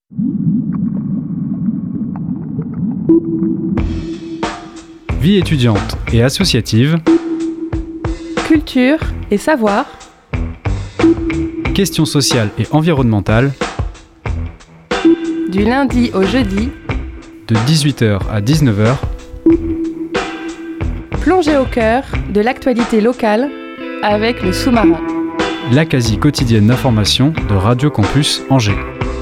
Vie étudiante et associative. Culture et savoir. Questions sociales et environnementales. Du lundi au jeudi. De 18h à 19h. Plongée au cœur de l'actualité locale avec le sous-marin. La quasi quotidienne d'information de Radio Campus Angers.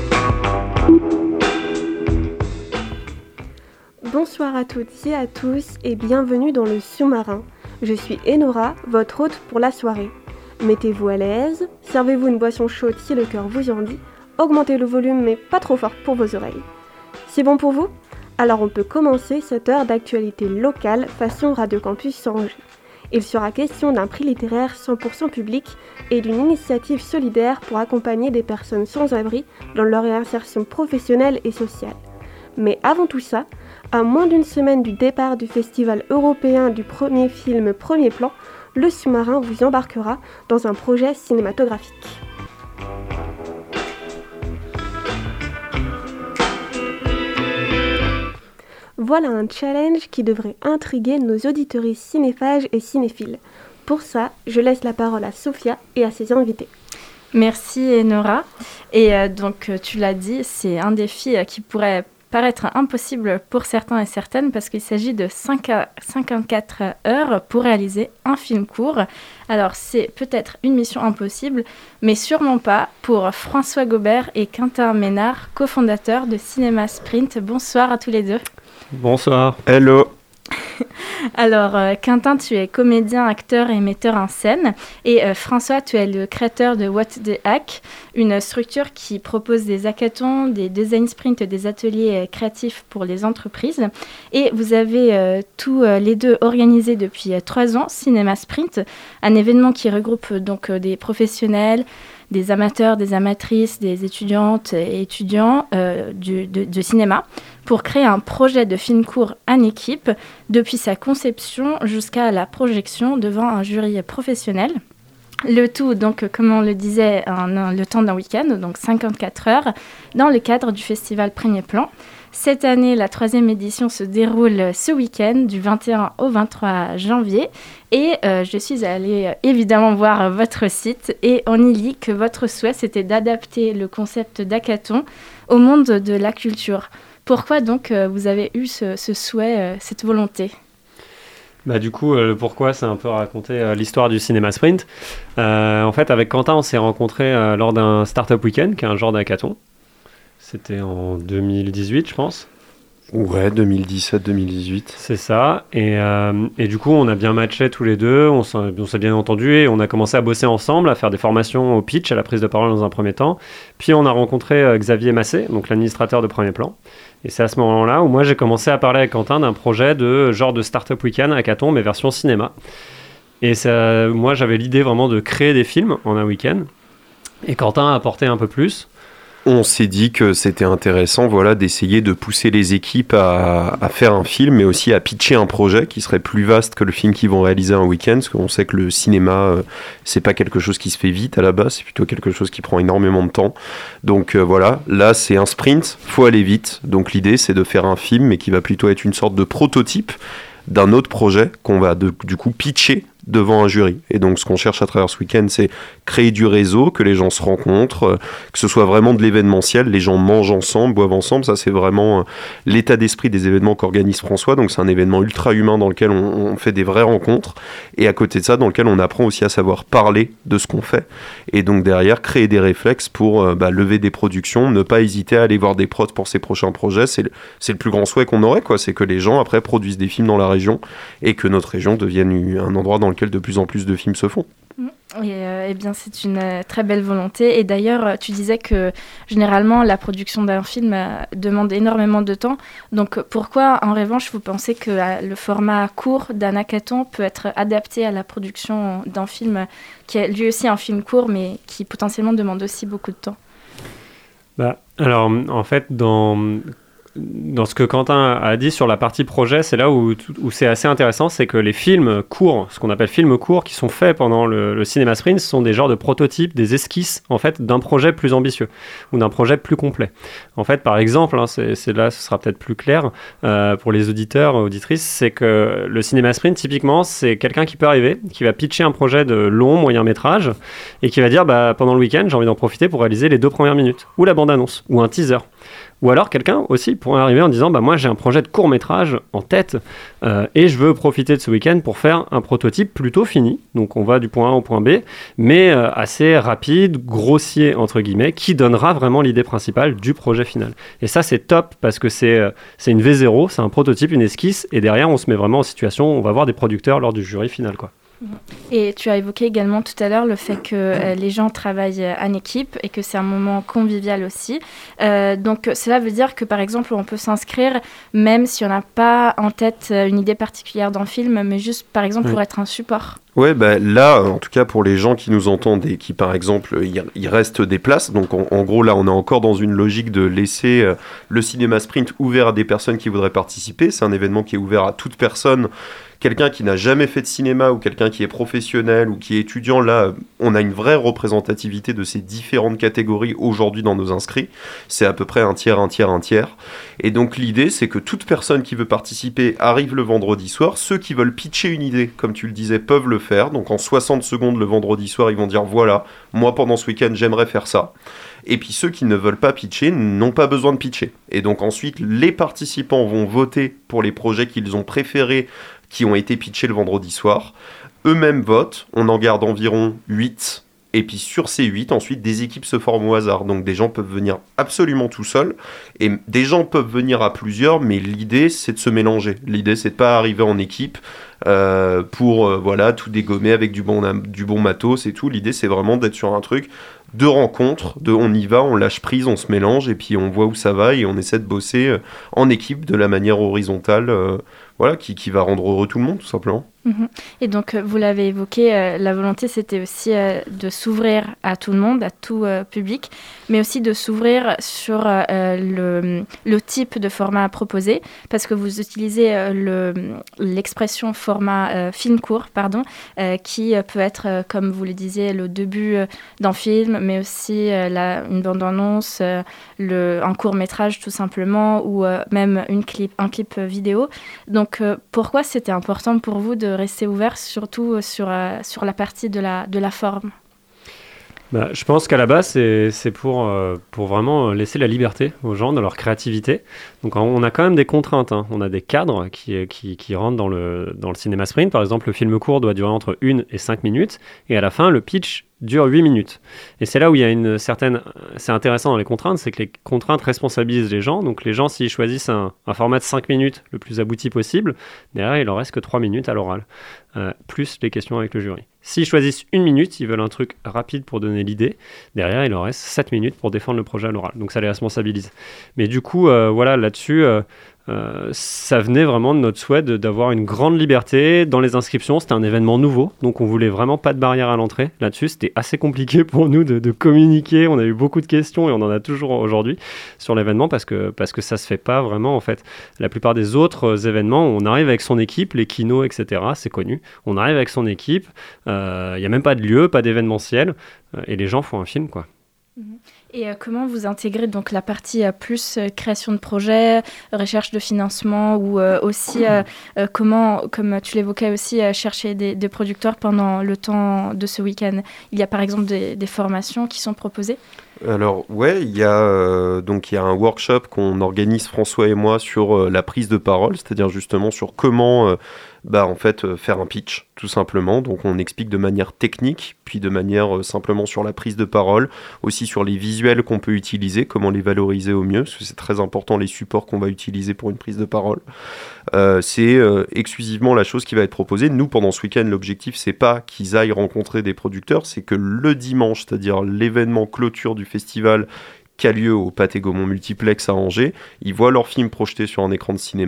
Bonsoir à toutes et à tous et bienvenue dans le sous-marin. Je suis Enora, votre hôte pour la soirée. Mettez-vous à l'aise, servez-vous une boisson chaude si le cœur vous en dit, augmentez le volume mais pas trop fort pour vos oreilles. C'est bon pour vous ? Alors on peut commencer cette heure d'actualité locale façon Radio Campus Angers. Il sera question d'un prix littéraire 100% public et d'une initiative solidaire pour accompagner des personnes sans abri dans leur réinsertion professionnelle et sociale. Mais avant tout ça, à moins d'une semaine du départ du Festival européen du premier film Premier Plan, le sous-marin vous embarquera dans un projet cinématographique. Voilà un challenge qui devrait intriguer nos auditeuristes cinéphages et cinéphiles. Pour ça, je laisse la parole à Sophia et à ses invités. Merci Enora. Et donc tu l'as dit, c'est un défi qui pourrait paraître impossible pour certains et certaines parce qu'il s'agit de 5 à 54 heures pour réaliser un film court. Alors c'est peut-être une mission impossible, mais sûrement pas pour François Gobert et Quentin Ménard, cofondateurs de Cinéma Sprint. Bonsoir à tous les deux. Bonsoir. Hello. Alors, Quentin, tu es comédien, acteur et metteur en scène. Et François, tu es le créateur de What the Hack, une structure qui propose des hackathons, des design sprints, des ateliers créatifs pour les entreprises. Et vous avez tous les deux organisé depuis 3 ans Cinéma Sprint, un événement qui regroupe donc des professionnels, des amateurs, des amatrices, des étudiantes et étudiants de cinéma pour créer un projet de film court en équipe depuis sa conception jusqu'à la projection devant un jury professionnel. Le tout, donc, comme on le disait, le temps d'un week-end, donc 54 heures, dans le cadre du festival Premier Plan. Cette année, la 3e édition se déroule ce week-end, du 21 au 23 janvier. Et je suis allée évidemment voir votre site et on y lit que votre souhait, c'était d'adapter le concept d'hackathon au monde de la culture. Pourquoi donc vous avez eu ce souhait, cette volonté ? Du coup, le pourquoi, c'est un peu raconter l'histoire du Cinéma Sprint. En fait, avec Quentin, on s'est rencontrés lors d'un Startup Weekend, qui est un genre d'hackathon. C'était en 2018, je pense. Ouais, 2017-2018. C'est ça. Et du coup, on a bien matché tous les deux, on s'est bien entendus et on a commencé à bosser ensemble, à faire des formations au pitch, à la prise de parole dans un premier temps. Puis on a rencontré Xavier Massé, donc l'administrateur de Premier Plan. Et c'est à ce moment-là où moi j'ai commencé à parler avec Quentin d'un projet de genre de Startup Weekend hackathon, mais version cinéma. Et ça, moi j'avais l'idée vraiment de créer des films en un week-end. Et Quentin a apporté un peu plus. On s'est dit que c'était intéressant d'essayer de pousser les équipes à faire un film, mais aussi à pitcher un projet qui serait plus vaste que le film qu'ils vont réaliser un week-end, parce qu'on sait que le cinéma, c'est pas quelque chose qui se fait vite à la base, c'est plutôt quelque chose qui prend énormément de temps. Donc là c'est un sprint, faut aller vite. Donc l'idée c'est de faire un film, mais qui va plutôt être une sorte de prototype d'un autre projet qu'on va du coup pitcher devant un jury. Et donc ce qu'on cherche à travers ce week-end, c'est créer du réseau, que les gens se rencontrent, que ce soit vraiment de l'événementiel, les gens mangent ensemble, boivent ensemble. Ça c'est vraiment l'état d'esprit des événements qu'organise François. Donc c'est un événement ultra humain dans lequel on fait des vraies rencontres, et à côté de ça dans lequel on apprend aussi à savoir parler de ce qu'on fait, et donc derrière créer des réflexes pour lever des productions, ne pas hésiter à aller voir des prods pour ses prochains projets. C'est le plus grand souhait qu'on aurait, c'est que les gens après produisent des films dans la région et que notre région devienne un endroit dans lequel de plus en plus de films se font. Et bien, c'est une très belle volonté. Et d'ailleurs, tu disais que généralement, la production d'un film demande énormément de temps. Donc, pourquoi, en revanche, vous pensez que le format court d'un hackathon peut être adapté à la production d'un film qui est lui aussi un film court, mais qui potentiellement demande aussi beaucoup de temps ? Alors, en fait, dans ce que Quentin a dit sur la partie projet, c'est là où c'est assez intéressant, c'est que les films courts, ce qu'on appelle films courts, qui sont faits pendant le Cinéma Sprint, ce sont des genres de prototypes, des esquisses en fait d'un projet plus ambitieux ou d'un projet plus complet. En fait, par exemple, c'est là, ce sera peut-être plus clair pour les auditeurs, auditrices, c'est que le Cinéma Sprint, typiquement, c'est quelqu'un qui peut arriver, qui va pitcher un projet de long, moyen métrage et qui va dire pendant le week-end, j'ai envie d'en profiter pour réaliser les 2 premières minutes ou la bande-annonce ou un teaser. Ou alors quelqu'un aussi pourrait arriver en disant moi j'ai un projet de court-métrage en tête et je veux profiter de ce week-end pour faire un prototype plutôt fini. Donc on va du point A au point B, mais assez rapide, grossier entre guillemets, qui donnera vraiment l'idée principale du projet final. Et ça c'est top parce que c'est une V0, c'est un prototype, une esquisse, et derrière on se met vraiment en situation, on va voir des producteurs lors du jury final, quoi. Et tu as évoqué également tout à l'heure le fait que les gens travaillent en équipe et que c'est un moment convivial aussi. Donc cela veut dire que par exemple on peut s'inscrire même si on n'a pas en tête une idée particulière dans le film, mais juste par exemple pour être un support. Ouais, là, en tout cas pour les gens qui nous entendent et qui par exemple, il reste des places, donc en gros là on est encore dans une logique de laisser le Cinéma Sprint ouvert à des personnes qui voudraient participer. C'est un événement qui est ouvert à toute personne. Quelqu'un qui n'a jamais fait de cinéma ou quelqu'un qui est professionnel ou qui est étudiant, là, on a une vraie représentativité de ces différentes catégories aujourd'hui dans nos inscrits. C'est à peu près un tiers. Et donc l'idée, c'est que toute personne qui veut participer arrive le vendredi soir. Ceux qui veulent pitcher une idée, comme tu le disais, peuvent le faire. Donc en 60 secondes le vendredi soir, ils vont dire voilà, moi pendant ce week-end, j'aimerais faire ça. Et puis ceux qui ne veulent pas pitcher n'ont pas besoin de pitcher. Et donc ensuite, les participants vont voter pour les projets qu'ils ont préférés, qui ont été pitchés le vendredi soir. Eux-mêmes votent, on en garde environ 8, et puis sur ces 8, ensuite, des équipes se forment au hasard. Donc des gens peuvent venir absolument tout seuls, et des gens peuvent venir à plusieurs, mais l'idée, c'est de se mélanger. L'idée, c'est de pas arriver en équipe pour tout dégommer avec du bon matos et tout. L'idée, c'est vraiment d'être sur un truc de rencontre, on y va, on lâche prise, on se mélange, et puis on voit où ça va, et on essaie de bosser en équipe de la manière horizontale, qui va rendre heureux tout le monde, tout simplement. Et donc, vous l'avez évoqué, la volonté, c'était aussi de s'ouvrir à tout le monde, à tout public, mais aussi de s'ouvrir sur le type de format proposé, parce que vous utilisez l'expression format film court, qui peut être, comme vous le disiez, le début d'un film, mais aussi une bande-annonce, un court-métrage tout simplement, ou même un clip vidéo. Donc, pourquoi c'était important pour vous de rester ouvert, surtout sur la partie de la forme? Je pense qu'à la base, c'est pour vraiment laisser la liberté aux gens dans leur créativité. Donc on a quand même des contraintes, hein. On a des cadres qui rentrent dans le Cinéma Sprint. Par exemple, le film court doit durer entre 1 et 5 minutes. Et à la fin, le pitch dure 8 minutes. Et c'est là où il y a une certaine... C'est intéressant dans les contraintes, c'est que les contraintes responsabilisent les gens. Donc les gens, s'ils choisissent un format de 5 minutes le plus abouti possible, derrière, il leur reste que 3 minutes à l'oral, plus les questions avec le jury. S'ils choisissent 1 minute, ils veulent un truc rapide pour donner l'idée, derrière, il leur reste 7 minutes pour défendre le projet à l'oral. Donc ça les responsabilise. Mais du coup, là-dessus... ça venait vraiment de notre souhait d'avoir une grande liberté dans les inscriptions. C'était un événement nouveau, donc on voulait vraiment pas de barrière à l'entrée. Là-dessus, c'était assez compliqué pour nous de communiquer. On a eu beaucoup de questions et on en a toujours aujourd'hui sur l'événement parce que ça se fait pas vraiment en fait. La plupart des autres événements, on arrive avec son équipe, les kinos, etc. C'est connu. On arrive avec son équipe. Il y a même pas de lieu, pas d'événementiel, et les gens font un film, quoi. Et comment vous intégrez donc la partie plus création de projet, recherche de financement, ou aussi comment, comme tu l'évoquais aussi, chercher des producteurs pendant le temps de ce week-end? Il y a par exemple des formations qui sont proposées? Alors il y a un workshop qu'on organise François et moi sur la prise de parole, c'est-à-dire justement sur comment faire un pitch tout simplement. Donc on explique de manière technique, puis de manière simplement sur la prise de parole, aussi sur les visuels qu'on peut utiliser, comment les valoriser au mieux, parce que c'est très important les supports qu'on va utiliser pour une prise de parole. C'est exclusivement la chose qui va être proposée. Nous, pendant ce week-end, l'objectif, c'est pas qu'ils aillent rencontrer des producteurs, c'est que le dimanche, c'est-à-dire l'événement clôture du festival qui a lieu au Pathé Gaumont Multiplex à Angers, ils voient leur film projeté sur un écran de cinéma.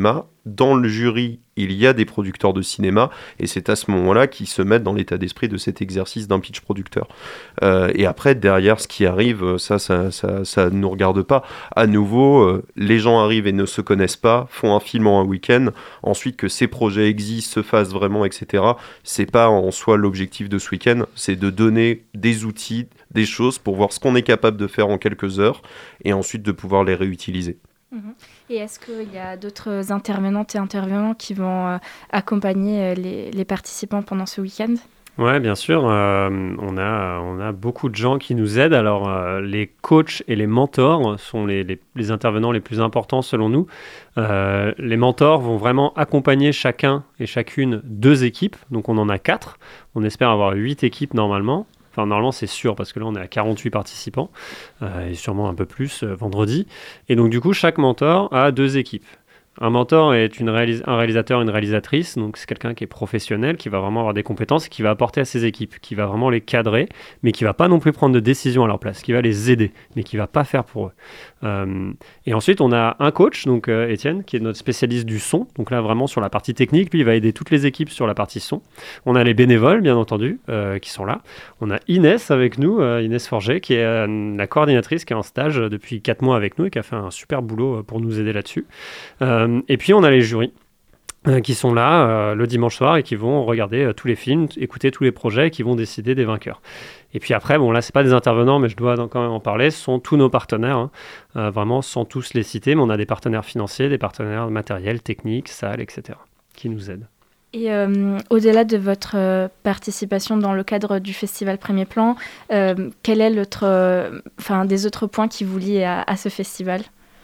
dans le jury, il y a des producteurs de cinéma, et c'est à ce moment-là qu'ils se mettent dans l'état d'esprit de cet exercice d'un pitch producteur. Et après, derrière, ce qui arrive, ça ne nous regarde pas. À nouveau, les gens arrivent et ne se connaissent pas, font un film en un week-end, ensuite que ces projets existent, se fassent vraiment, etc. C'est pas en soi l'objectif de ce week-end, c'est de donner des outils, des choses pour voir ce qu'on est capable de faire en quelques heures, et ensuite de pouvoir les réutiliser. Et est-ce qu'il y a d'autres intervenantes et intervenants qui vont accompagner les participants pendant ce week-end ? Ouais, bien sûr. On a beaucoup de gens qui nous aident. Alors, les coachs et les mentors sont les intervenants les plus importants selon nous. Les mentors vont vraiment accompagner chacun et chacune 2 équipes. Donc, on en a 4. On espère avoir 8 équipes normalement. Enfin, normalement, c'est sûr, parce que là, on est à 48 participants, et sûrement un peu plus vendredi. Et donc, du coup, chaque mentor a 2 équipes. Un mentor est un réalisateur, une réalisatrice, donc c'est quelqu'un qui est professionnel, qui va vraiment avoir des compétences et qui va apporter à ses équipes, qui va vraiment les cadrer, mais qui va pas non plus prendre de décision à leur place, qui va les aider, mais qui va pas faire pour eux. Et ensuite, on a un coach, donc Étienne, qui est notre spécialiste du son, donc là vraiment sur la partie technique, lui il va aider toutes les équipes sur la partie son. On a les bénévoles, bien entendu, qui sont là. On a Inès avec nous, Inès Forget, qui est la coordinatrice, qui est en stage depuis 4 mois avec nous et qui a fait un super boulot pour nous aider là-dessus. Et puis on a les jurys qui sont là le dimanche soir et qui vont regarder tous les films, écouter tous les projets et qui vont décider des vainqueurs. Et puis après, bon là c'est pas des intervenants mais je dois quand même en parler, ce sont tous nos partenaires, vraiment sans tous les citer, mais on a des partenaires financiers, des partenaires matériels, techniques, salles, etc. qui nous aident. Et au-delà de votre participation dans le cadre du festival Premier Plan, quel est des autres points qui vous lient à ce festival ?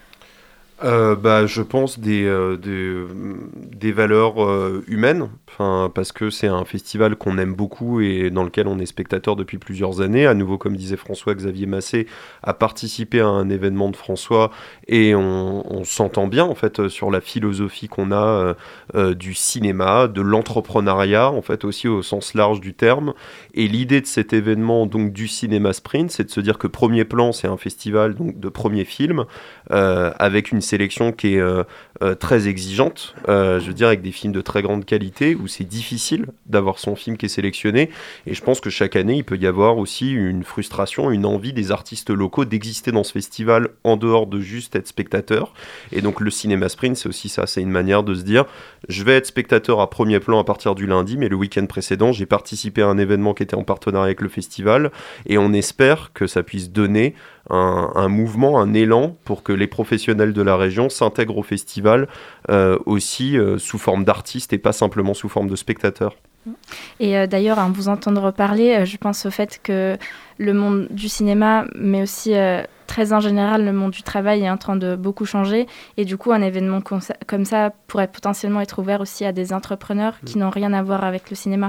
Je pense des valeurs humaines, parce que c'est un festival qu'on aime beaucoup et dans lequel on est spectateur depuis plusieurs années. À nouveau, comme disait François, Xavier Massé a participé à un événement de François et on s'entend bien en fait sur la philosophie qu'on a du cinéma, de l'entrepreneuriat en fait aussi au sens large du terme. Et l'idée de cet événement donc du Cinéma Sprint, c'est de se dire que Premier Plan, c'est un festival donc de premiers films avec une sélection qui est très exigeante, je veux dire avec des films de très grande qualité où c'est difficile d'avoir son film qui est sélectionné, et je pense que chaque année il peut y avoir aussi une frustration, une envie des artistes locaux d'exister dans ce festival en dehors de juste être spectateur. Et donc le Cinéma Sprint, c'est aussi ça, c'est une manière de se dire je vais être spectateur à Premier Plan à partir du lundi, mais le week-end précédent j'ai participé à un événement qui était en partenariat avec le festival, et on espère que ça puisse donner un mouvement, un élan pour que les professionnels de la région s'intègrent au festival aussi sous forme d'artistes et pas simplement sous forme de spectateurs. Et d'ailleurs, à vous entendre parler, je pense au fait que le monde du cinéma, mais aussi très en général le monde du travail est en train de beaucoup changer, et du coup un événement comme ça pourrait potentiellement être ouvert aussi à des entrepreneurs qui n'ont rien à voir avec le cinéma.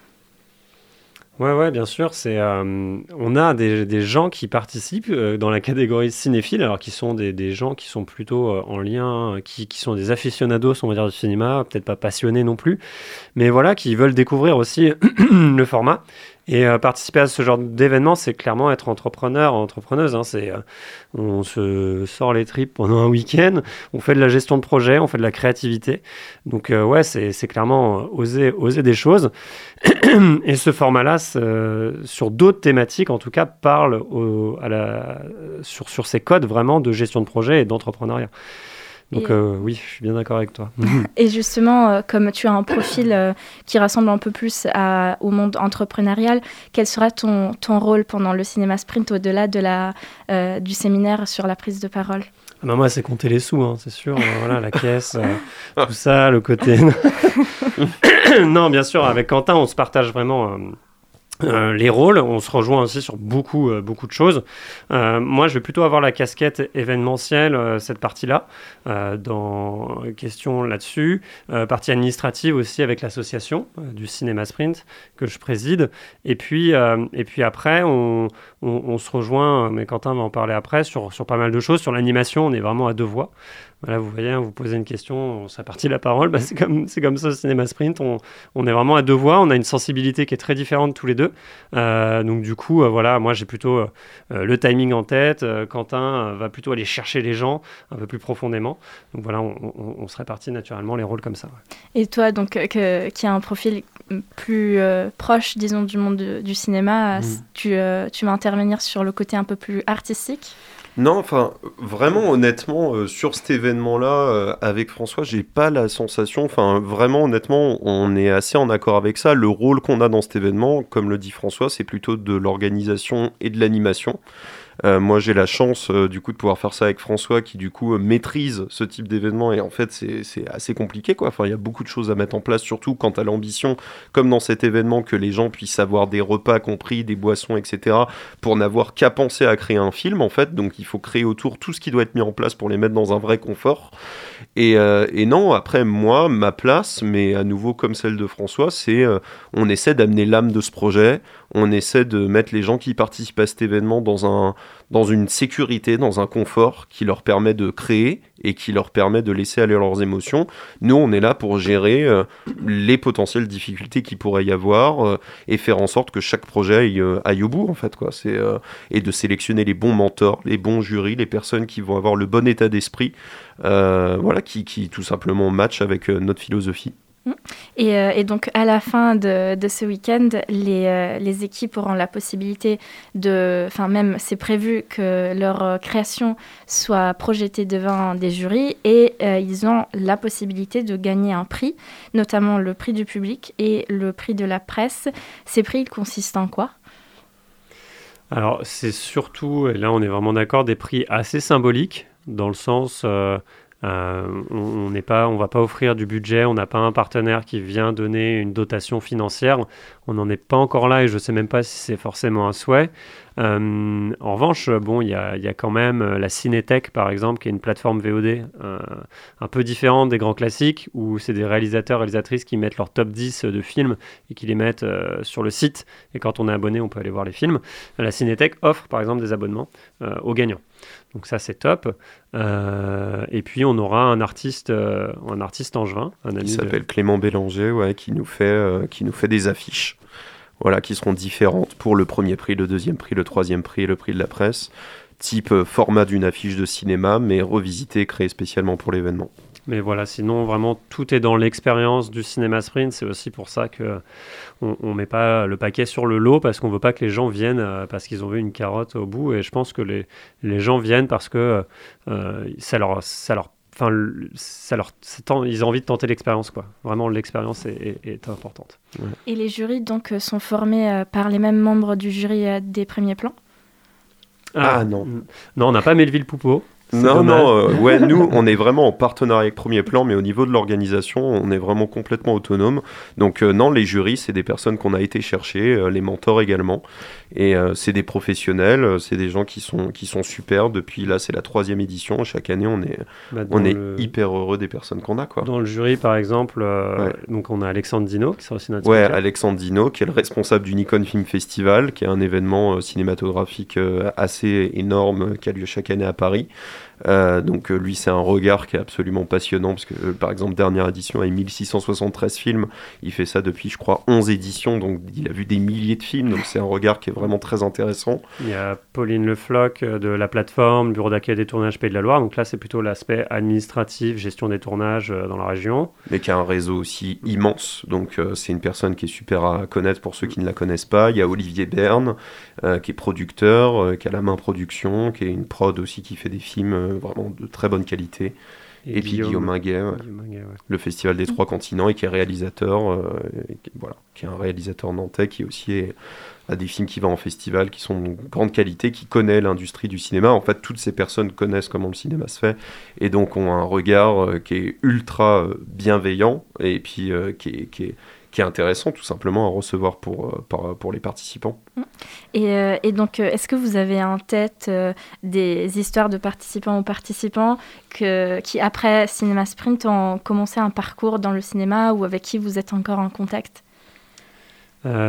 Ouais, bien sûr. On a des gens qui participent dans la catégorie cinéphile, alors qui sont des gens qui sont plutôt en lien, qui sont des aficionados, on va dire, du cinéma, peut-être pas passionnés non plus, mais voilà, qui veulent découvrir aussi le format. Et participer à ce genre d'événement, c'est clairement être entrepreneur, entrepreneuse. On se sort les tripes pendant un week-end, on fait de la gestion de projet, on fait de la créativité. Donc c'est clairement oser des choses. Et ce format-là, sur d'autres thématiques, en tout cas, parle sur ces codes vraiment de gestion de projet et d'entrepreneuriat. Donc oui, je suis bien d'accord avec toi. Et justement, comme tu as un profil qui ressemble un peu plus au monde entrepreneurial, quel sera ton rôle pendant le Cinéma Sprint au-delà du séminaire sur la prise de parole ? Moi, c'est compter les sous, c'est sûr. Voilà, la caisse, tout ça, le côté... Non, bien sûr, avec Quentin, on se partage vraiment... les rôles, on se rejoint aussi sur beaucoup de choses. Moi, je vais plutôt avoir la casquette événementielle, cette partie-là, dans question là-dessus. Partie administrative aussi avec l'association du Cinéma Sprint que je préside. Et puis après, on se rejoint, mais Quentin va en parler après, sur pas mal de choses. Sur l'animation, on est vraiment à 2 voix. Voilà, vous voyez, vous posez une question, on s'appartit la parole. C'est comme ça au Cinéma Sprint. On est vraiment à deux voix. On a une sensibilité qui est très différente tous les deux. Donc du coup, voilà, moi j'ai plutôt le timing en tête. Quentin va plutôt aller chercher les gens un peu plus profondément. Donc voilà, on se répartit naturellement les rôles comme ça. Ouais. Et toi, donc, qui a un profil plus proche, disons, du monde du cinéma, tu vas intervenir sur le côté un peu plus artistique ? Non, enfin, vraiment, honnêtement, sur cet événement-là, avec François, j'ai pas la sensation, enfin, vraiment, honnêtement, on est assez en accord avec ça. Le rôle qu'on a dans cet événement, comme le dit François, c'est plutôt de l'organisation et de l'animation. Moi, j'ai la chance, du coup, de pouvoir faire ça avec François, qui, du coup, maîtrise ce type d'événement, et en fait, c'est assez compliqué, quoi. Enfin, il y a beaucoup de choses à mettre en place, surtout quant à l'ambition, comme dans cet événement, que les gens puissent avoir des repas compris, des boissons, etc., pour n'avoir qu'à penser à créer un film, en fait. Donc, il faut créer autour tout ce qui doit être mis en place pour les mettre dans un vrai confort. Et non, après, moi, ma place, mais à nouveau comme celle de François, c'est on essaie d'amener l'âme de ce projet, on essaie de mettre les gens qui participent à cet événement dans une sécurité, dans un confort qui leur permet de créer et qui leur permet de laisser aller leurs émotions. Nous, on est là pour gérer les potentielles difficultés qu'il pourrait y avoir et faire en sorte que chaque projet aille au bout, en fait, quoi. Et de sélectionner les bons mentors, les bons jurys, les personnes qui vont avoir le bon état d'esprit, voilà, qui tout simplement matchent avec notre philosophie. Et donc, à la fin de ce week-end, les équipes auront la possibilité enfin même c'est prévu que leur création soit projetée devant des jurys et ils ont la possibilité de gagner un prix, notamment le prix du public et le prix de la presse. Ces prix, ils consistent en quoi ? Alors, c'est surtout, et là on est vraiment d'accord, des prix assez symboliques, dans le sens... on va pas offrir du budget, on n'a pas un partenaire qui vient donner une dotation financière, on n'en est pas encore là et je sais même pas si c'est forcément un souhait. En revanche, bon, il y a quand même la Cinétech par exemple, qui est une plateforme VOD un peu différente des grands classiques, où c'est des réalisatrices qui mettent leur top 10 de films et qui les mettent sur le site, et quand on est abonné on peut aller voir les films. La Cinétech offre par exemple des abonnements aux gagnants. Donc ça c'est top. Et puis on aura un artiste angevin, un ami qui s'appelle Clément Bélanger, ouais, qui nous fait des affiches, voilà, qui seront différentes pour le premier prix, le deuxième prix, le troisième prix et le prix de la presse, type format d'une affiche de cinéma, mais revisité, créé spécialement pour l'événement. Mais voilà, sinon vraiment tout est dans l'expérience du Cinéma Sprint. C'est aussi pour ça que on met pas le paquet sur le lot, parce qu'on veut pas que les gens viennent parce qu'ils ont vu une carotte au bout. Et je pense que les gens viennent parce que ils ont envie de tenter l'expérience, quoi. Vraiment, l'expérience est importante. Ouais. Et les jurys donc sont formés par les mêmes membres du jury des premiers plans ? Non, on n'a pas Melville Poupeau. Ouais, nous, on est vraiment en partenariat avec Premier Plan, mais au niveau de l'organisation, on est vraiment complètement autonome. Donc non, les jurys, c'est des personnes qu'on a été chercher, les mentors également, et c'est des professionnels, c'est des gens qui sont super. Depuis là, c'est la 3e édition. Chaque année, on est hyper heureux des personnes qu'on a, quoi. Dans le jury, par exemple, donc on a Alexandre Dino, qui sera aussi notre speaker. Alexandre Dino, qui est le responsable du Nikon Film Festival, qui est un événement cinématographique assez énorme qui a lieu chaque année à Paris. Donc lui, c'est un regard qui est absolument passionnant, parce que par exemple, dernière édition avec 1673 films, il fait ça depuis, je crois, 11 éditions, donc il a vu des milliers de films, donc c'est un regard qui est vraiment très intéressant. Il y a Pauline Le Floch de la plateforme Bureau d'accueil des tournages Pays de la Loire, donc là c'est plutôt l'aspect administratif, gestion des tournages dans la région. Mais qui a un réseau aussi immense, donc c'est une personne qui est super à connaître pour ceux qui ne la connaissent pas. Il y a Olivier Berne, qui est producteur, qui a La Main Production, qui est une prod aussi qui fait des films vraiment de très bonne qualité. Et puis Guillaume Minguet, le Festival des Trois Continents, et qui est réalisateur, qui est un réalisateur nantais qui aussi a des films qui vont en festival, qui sont de grande qualité, qui connaît l'industrie du cinéma. En fait, toutes ces personnes connaissent comment le cinéma se fait, et donc ont un regard qui est ultra bienveillant, et puis qui est intéressant tout simplement à recevoir pour les participants. Et donc, est-ce que vous avez en tête des histoires de participants ou participants qui, après Cinéma Sprint, ont commencé un parcours dans le cinéma, ou avec qui vous êtes encore en contact ?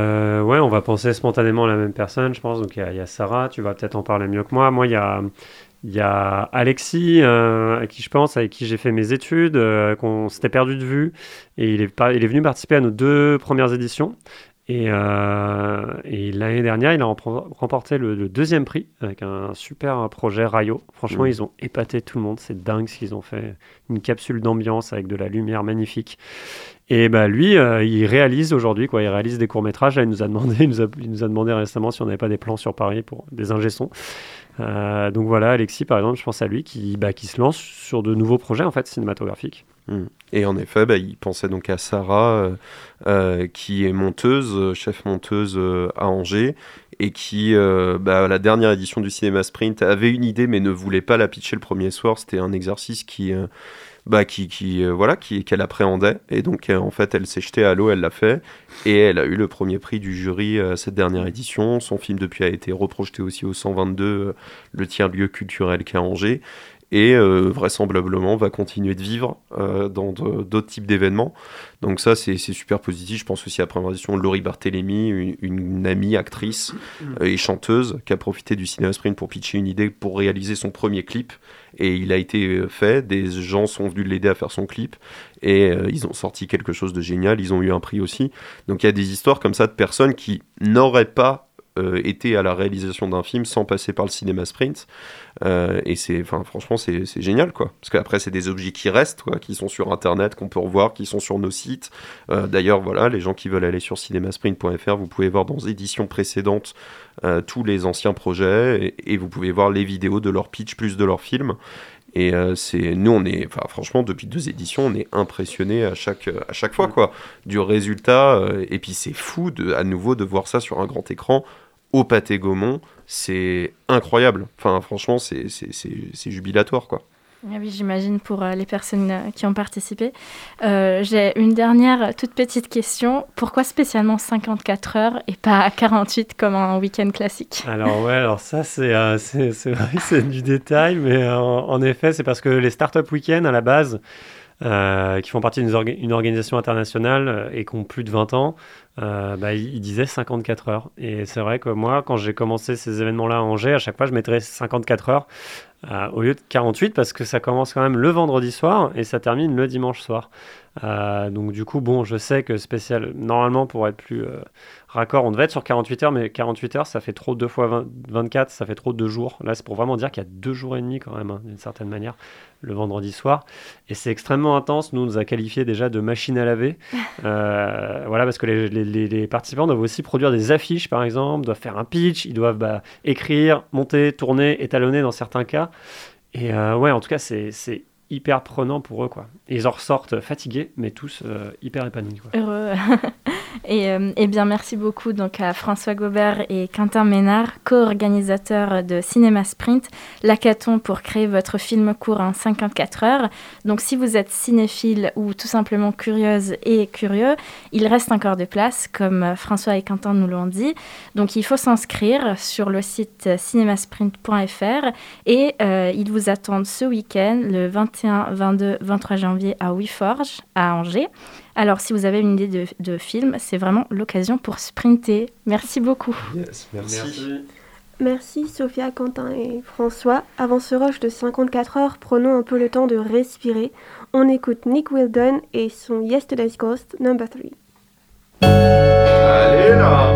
On va penser spontanément à la même personne, je pense. Donc il y a Sarah, tu vas peut-être en parler mieux que moi. Moi, il y Il y a Alexis, à qui je pense, avec qui j'ai fait mes études, qu'on s'était perdu de vue. Et il est venu participer à nos 2 premières éditions. Et l'année dernière, il a remporté le 2e prix avec un super projet Rayo. Franchement, ils ont épaté tout le monde. C'est dingue ce qu'ils ont fait. Une capsule d'ambiance avec de la lumière magnifique. Et lui, il réalise aujourd'hui, quoi. Il réalise des courts-métrages. Là, il nous a demandé récemment si on n'avait pas des plans sur Paris pour des ingé-sons. Donc voilà, Alexis, par exemple, je pense à lui qui se lance sur de nouveaux projets en fait cinématographiques. Et en effet, il pensait donc à Sarah, qui est monteuse, chef monteuse à Angers, et qui, à la dernière édition du Cinéma Sprint, avait une idée mais ne voulait pas la pitcher le premier soir. C'était un exercice qu'elle appréhendait, et donc en fait elle s'est jetée à l'eau, elle l'a fait, et elle a eu le premier prix du jury cette dernière édition. Son film depuis a été reprojeté aussi au 122, le tiers-lieu culturel qu'à Angers, et vraisemblablement va continuer de vivre dans d'autres types d'événements. Donc ça c'est super positif. Je pense aussi à la première édition de Laurie Barthélémy, une amie actrice et chanteuse qui a profité du Cinéma Sprint pour pitcher une idée pour réaliser son premier clip, et il a été fait, des gens sont venus l'aider à faire son clip, et ils ont sorti quelque chose de génial, ils ont eu un prix aussi. Donc il y a des histoires comme ça de personnes qui n'auraient pas été à la réalisation d'un film sans passer par le Cinéma Sprint, et franchement c'est génial, quoi, parce qu'après c'est des objets qui restent, quoi, qui sont sur internet, qu'on peut revoir, qui sont sur nos sites. D'ailleurs voilà, les gens qui veulent aller sur cinemasprint.fr, vous pouvez voir dans les éditions précédentes tous les anciens projets, et vous pouvez voir les vidéos de leur pitch plus de leur film. Et franchement, depuis 2 éditions, on est impressionnés à chaque fois, quoi, du résultat. Et puis c'est fou à nouveau de voir ça sur un grand écran au Pathé Gaumont. C'est incroyable. Enfin, franchement, c'est jubilatoire, quoi. Ah oui, j'imagine pour les personnes qui ont participé. J'ai une dernière toute petite question. Pourquoi spécialement 54 heures et pas 48 comme un week-end classique ? Alors ça, c'est vrai que c'est du détail, mais en effet, c'est parce que les Startup Weekend, à la base, qui font partie d'une organisation internationale et qui ont plus de 20 ans, ils disaient 54 heures. Et c'est vrai que moi, quand j'ai commencé ces événements-là à Angers, à chaque fois, je mettrais 54 heures au lieu de 48, parce que ça commence quand même le vendredi soir et ça termine le dimanche soir. Donc du coup, je sais que normalement, pour être plus raccord, on devait être sur 48 heures, mais 48 heures, ça fait trop 2 fois 24, ça fait trop 2 jours. Là, c'est pour vraiment dire qu'il y a 2 jours et demi quand même, d'une certaine manière, le vendredi soir. Et c'est extrêmement intense. Nous, on nous a qualifié déjà de machine à laver. Voilà, parce que les participants doivent aussi produire des affiches, par exemple, doivent faire un pitch, ils doivent écrire, monter, tourner, étalonner dans certains cas. Et en tout cas, c'est hyper prenant pour eux, quoi. Et ils en ressortent fatigués, mais tous hyper épanouis, quoi. Heureux. Et bien, merci beaucoup donc à François Gobert et Quentin Ménard, co-organisateurs de Cinéma Sprint, l'hackathon pour créer votre film court en 54 heures. Donc, si vous êtes cinéphile ou tout simplement curieuse et curieux, il reste encore de place, comme François et Quentin nous l'ont dit. Donc, il faut s'inscrire sur le site cinemasprint.fr et ils vous attendent ce week-end, le 21, 22, 23 janvier à WeForge, à Angers. Alors, si vous avez une idée de film, c'est vraiment l'occasion pour sprinter. Merci beaucoup. Yes, merci. Merci Sophia, Quentin et François. Avant ce rush de 54 heures, prenons un peu le temps de respirer. On écoute Nick Weldon et son Yesterday's Ghost No. 3. Allez là!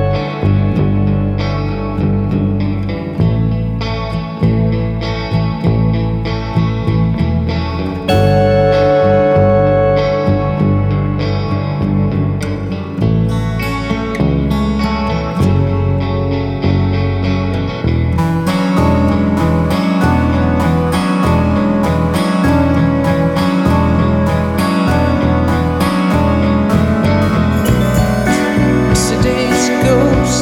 Yesterday's ghost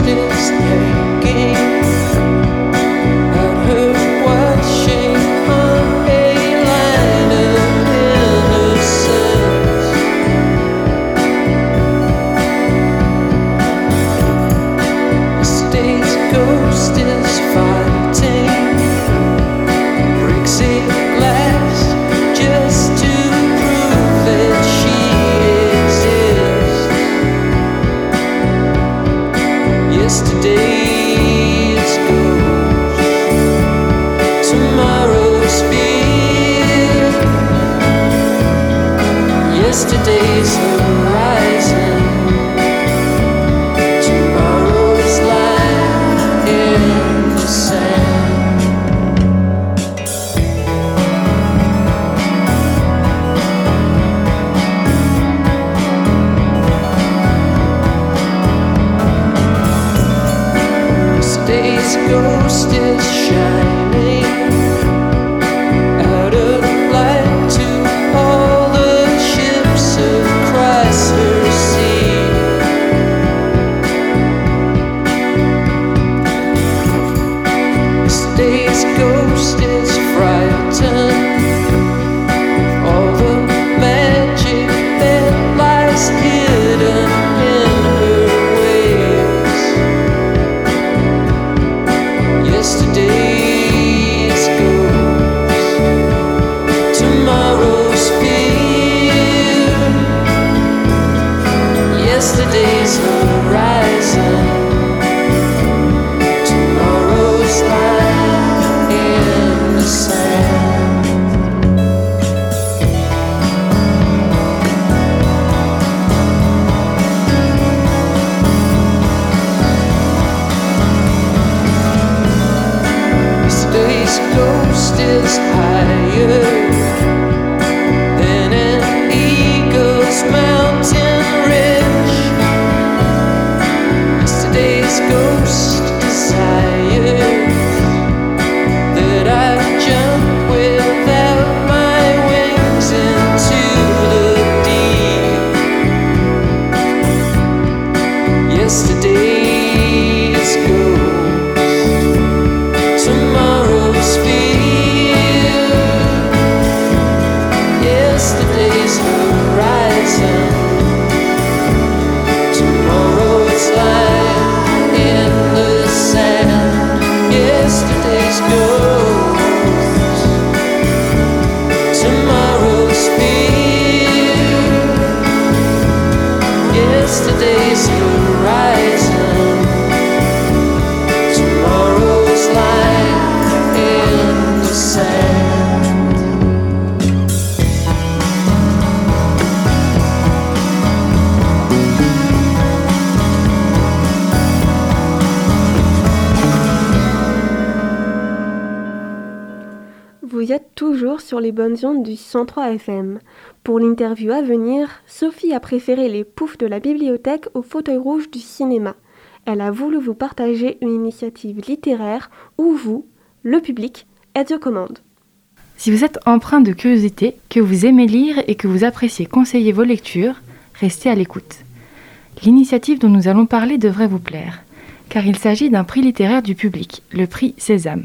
Vous êtes toujours sur les bonnes ondes du 103 FM. Pour l'interview à venir, Sophie a préféré les poufs de la bibliothèque au fauteuil rouge du cinéma. Elle a voulu vous partager une initiative littéraire où vous, le public, êtes aux commandes. Si vous êtes empreint de curiosité, que vous aimez lire et que vous appréciez conseiller vos lectures, restez à l'écoute. L'initiative dont nous allons parler devrait vous plaire, car il s'agit d'un prix littéraire du public, le prix Sésame.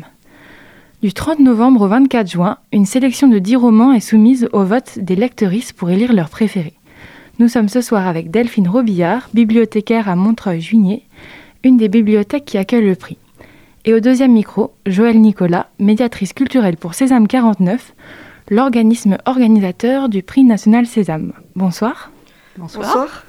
Du 30 novembre au 24 juin, une sélection de 10 romans est soumise au vote des lectrices pour élire leurs préférés. Nous sommes ce soir avec Delphine Robillard, bibliothécaire à Montreuil-Juigné, une des bibliothèques qui accueille le prix. Et au deuxième micro, Joëlle Nicolas, médiatrice culturelle pour Sésame 49, l'organisme organisateur du prix national Sésame. Bonsoir. Bonsoir.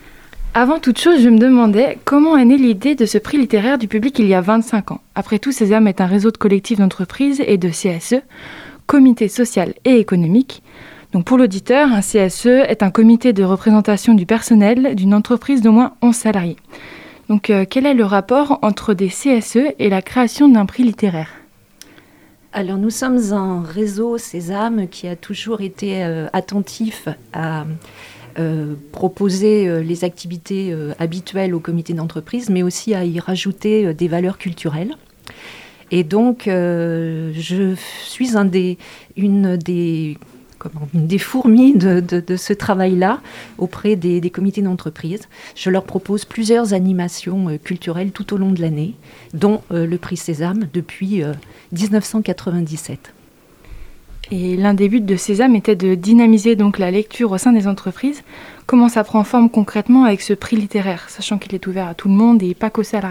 Avant toute chose, je me demandais comment est née l'idée de ce prix littéraire du public il y a 25 ans. Après tout, Sésame est un réseau de collectifs d'entreprises et de CSE, comité social et économique. Donc pour l'auditeur, un CSE est un comité de représentation du personnel d'une entreprise d'au moins 11 salariés. Donc quel est le rapport entre des CSE et la création d'un prix littéraire ? Alors nous sommes un réseau Sésame qui a toujours été attentif à proposer les activités habituelles au comité d'entreprise, mais aussi à y rajouter des valeurs culturelles. Et donc, je suis une des fourmis de ce travail-là auprès des comités d'entreprise. Je leur propose plusieurs animations culturelles tout au long de l'année, dont le prix Sésame depuis 1997. Et l'un des buts de Sésame était de dynamiser donc la lecture au sein des entreprises. Comment ça prend forme concrètement avec ce prix littéraire, sachant qu'il est ouvert à tout le monde et pas qu'aux salariés ?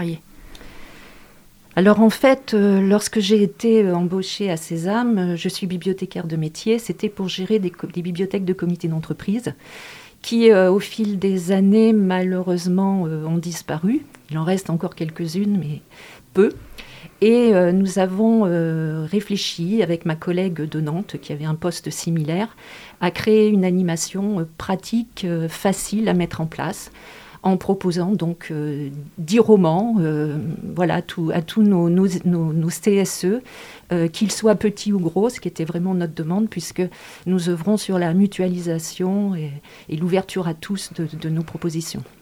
Alors en fait, lorsque j'ai été embauchée à Sésame, je suis bibliothécaire de métier, c'était pour gérer des bibliothèques de comités d'entreprise qui, au fil des années, malheureusement, ont disparu. Il en reste encore quelques-unes, mais peu. Et nous avons réfléchi avec ma collègue de Nantes, qui avait un poste similaire, à créer une animation pratique, facile à mettre en place, en proposant donc 10 romans à tous nos CSE, qu'ils soient petits ou gros, ce qui était vraiment notre demande, puisque nous œuvrons sur la mutualisation et l'ouverture à tous de nos propositions.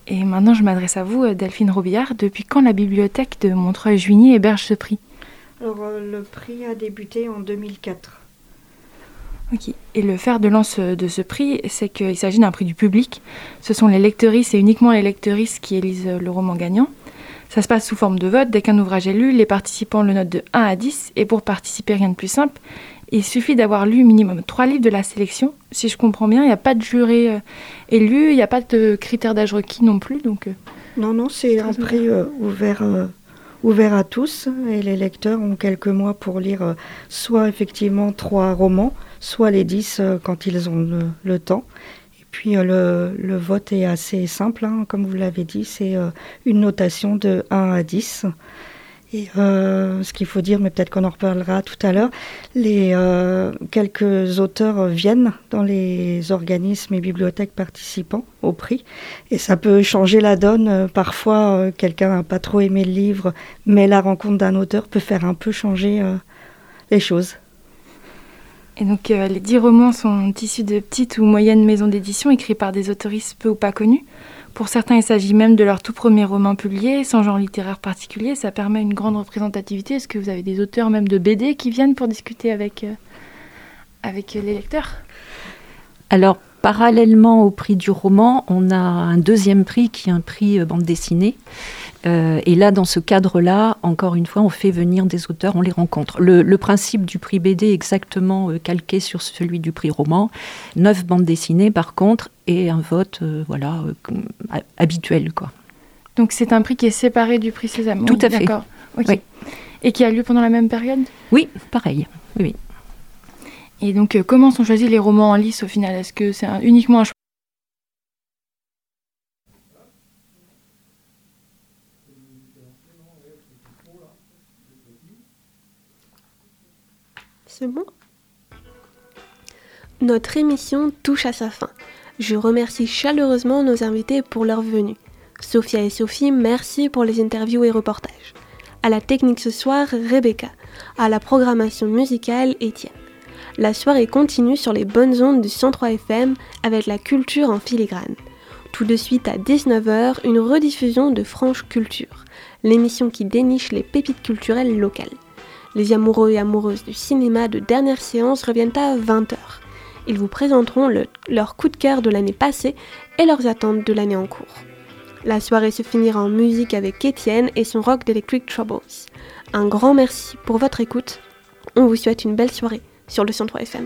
Et maintenant, je m'adresse à vous, Delphine Robillard. Depuis quand la bibliothèque de Montreuil-Juigny héberge ce prix ? Alors, le prix a débuté en 2004. Ok. Et le fer de lance de ce prix, c'est qu'il s'agit d'un prix du public. Ce sont les lectrices et uniquement les lectrices qui élisent le roman gagnant. Ça se passe sous forme de vote. Dès qu'un ouvrage est lu, les participants le notent de 1 à 10. Et pour participer, rien de plus simple. Il suffit d'avoir lu minimum 3 livres de la sélection. Si je comprends bien, il n'y a pas de jury élu, il n'y a pas de critères d'âge requis non plus. Donc, Non, c'est un prix ouvert à tous. Et les lecteurs ont quelques mois pour lire soit effectivement 3 romans, soit les 10 quand ils ont le temps. Et puis le vote est assez simple, hein, comme vous l'avez dit, c'est une notation de 1 à 10. Et ce qu'il faut dire, mais peut-être qu'on en reparlera tout à l'heure, quelques auteurs viennent dans les organismes et bibliothèques participants au prix. Et ça peut changer la donne. Parfois, quelqu'un n'a pas trop aimé le livre, mais la rencontre d'un auteur peut faire un peu changer les choses. Et donc, les 10 romans sont issus de petites ou moyennes maisons d'édition écrits par des autoristes peu ou pas connus. Pour certains, il s'agit même de leur tout premier roman publié, sans genre littéraire particulier. Ça permet une grande représentativité. Est-ce que vous avez des auteurs même de BD qui viennent pour discuter avec les lecteurs ? Alors, parallèlement au prix du roman, on a un deuxième prix qui est un prix bande dessinée. Et là, dans ce cadre-là, encore une fois, on fait venir des auteurs, on les rencontre. Le principe du prix BD est exactement calqué sur celui du prix roman. 9 bandes dessinées, par contre, et un vote habituel, quoi. Donc c'est un prix qui est séparé du prix Sésame. Tout à fait. D'accord. Okay. Oui. Et qui a lieu pendant la même période ? Oui, pareil. Oui. Et donc, comment sont choisis les romans en lice au final ? Est-ce que c'est uniquement un choix ? C'est bon ? Notre émission touche à sa fin. Je remercie chaleureusement nos invités pour leur venue. Sophia et Sophie, merci pour les interviews et reportages. À la technique ce soir, Rebecca. À la programmation musicale, Étienne. La soirée continue sur les bonnes ondes du 103 FM avec la culture en filigrane. Tout de suite à 19h, une rediffusion de Franche Culture, l'émission qui déniche les pépites culturelles locales. Les amoureux et amoureuses du cinéma de dernière séance reviennent à 20h. Ils vous présenteront leur coup de cœur de l'année passée et leurs attentes de l'année en cours. La soirée se finira en musique avec Étienne et son rock d'Electric Troubles. Un grand merci pour votre écoute. On vous souhaite une belle soirée sur le 103 FM.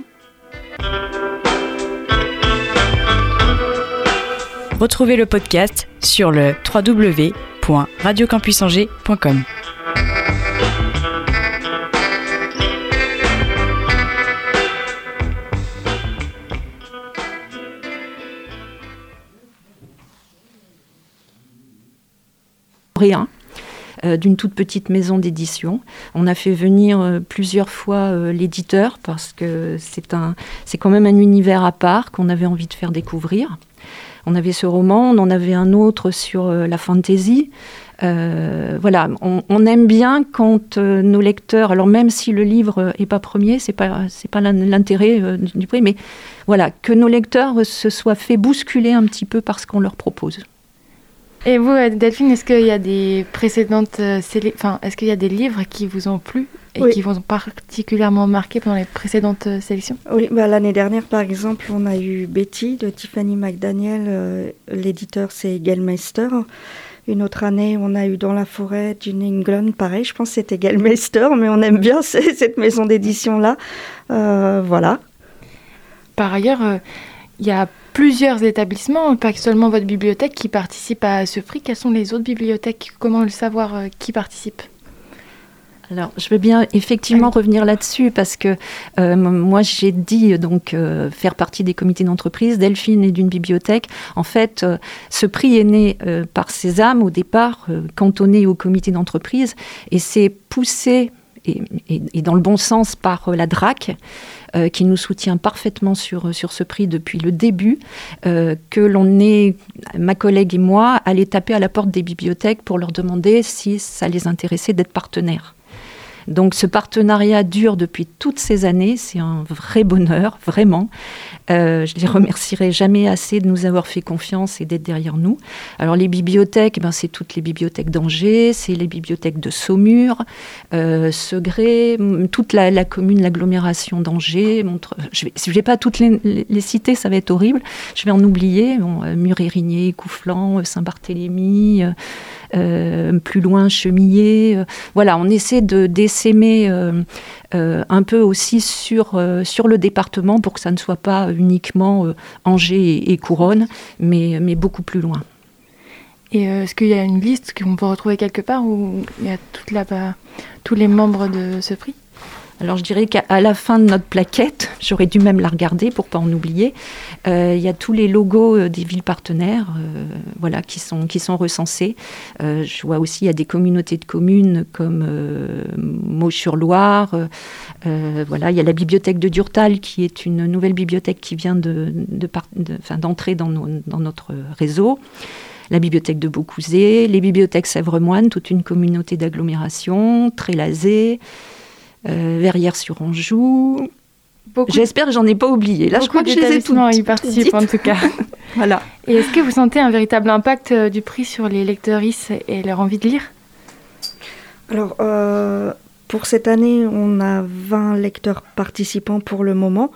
Retrouvez le podcast sur le www.radiocampusangers.com. D'une toute petite maison d'édition. On a fait venir plusieurs fois l'éditeur parce que c'est quand même un univers à part qu'on avait envie de faire découvrir. On avait ce roman, on en avait un autre sur la fantasy. Voilà, on aime bien quand nos lecteurs, alors même si le livre n'est pas premier, c'est pas l'intérêt du prix, mais voilà, que nos lecteurs se soient fait bousculer un petit peu par ce qu'on leur propose. Et vous, Delphine, est-ce qu'il y a des précédentes est-ce qu'il y a des livres qui vous ont plu et qui vous ont particulièrement marqué pendant les précédentes sélections ? Oui, l'année dernière, par exemple, on a eu Betty de Tiffany McDaniel. L'éditeur, c'est Gellmeister. Une autre année, on a eu Dans la forêt, Jane England. Pareil, je pense que c'était Gellmeister, mais on aime bien cette maison d'édition-là. Voilà. Par ailleurs, il y a plusieurs établissements, pas seulement votre bibliothèque, qui participent à ce prix. Quelles sont les autres bibliothèques ? Comment le savoir qui participe ? Alors, je veux bien effectivement revenir là-dessus parce que moi, j'ai dit donc faire partie des comités d'entreprise. Delphine est d'une bibliothèque. En fait, ce prix est né par Sésame au départ, cantonné au comité d'entreprise, et c'est poussé et dans le bon sens par la DRAC, qui nous soutient parfaitement sur ce prix depuis le début, que l'on est, ma collègue et moi, allés taper à la porte des bibliothèques pour leur demander si ça les intéressait d'être partenaires. Donc ce partenariat dure depuis toutes ces années, c'est un vrai bonheur, vraiment. Je les remercierai jamais assez de nous avoir fait confiance et d'être derrière nous. Alors les bibliothèques, c'est toutes les bibliothèques d'Angers, c'est les bibliothèques de Saumur, Segré, toute la commune, l'agglomération d'Angers. Si je vais pas toutes les citer, ça va être horrible. Je vais en oublier. Murérigné, Coufflan, Saint-Barthélemy, plus loin Chemillé. Voilà, on essaie d'essaimer un peu aussi sur le département pour que ça ne soit pas uniquement Angers et Couronne, mais beaucoup plus loin. Et est-ce qu'il y a une liste qu'on peut retrouver quelque part où il y a tous les membres de ce prix ? Alors je dirais qu'à la fin de notre plaquette, j'aurais dû même la regarder pour pas en oublier, il y a tous les logos des villes partenaires qui sont recensés. Je vois aussi il y a des communautés de communes comme Meaux-sur-Loire. Il y a la bibliothèque de Durtal qui est une nouvelle bibliothèque qui vient d'entrer dans notre réseau. La bibliothèque de Beaucouzé, les bibliothèques Sèvres-Moine, toute une communauté d'agglomération, Trélazé, Verrières-sur-Anjou. J'espère que j'en ai pas oublié. Là, je crois que je les ai toutes. Y participent en tout cas. Voilà. Et est-ce que vous sentez un véritable impact du prix sur les lectrices et leur envie de lire ? Alors, pour cette année, on a 20 lecteurs participants pour le moment.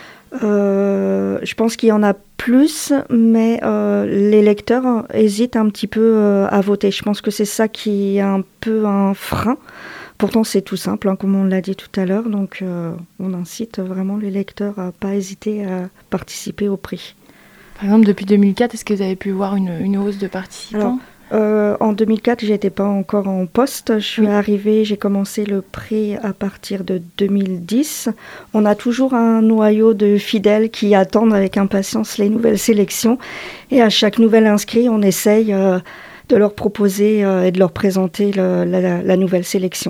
Je pense qu'il y en a plus, mais les lecteurs hésitent un petit peu à voter. Je pense que c'est ça qui est un peu un frein. Pourtant, c'est tout simple, comme on l'a dit tout à l'heure. Donc, on incite vraiment les lecteurs à ne pas hésiter à participer au prix. Par exemple, depuis 2004, est-ce que vous avez pu voir une hausse de participants ? En 2004, je n'étais pas encore en poste. Je suis arrivée, j'ai commencé le prix à partir de 2010. On a toujours un noyau de fidèles qui attendent avec impatience les nouvelles sélections. Et à chaque nouvel inscrit, on essaye de leur proposer et de leur présenter la nouvelle sélection.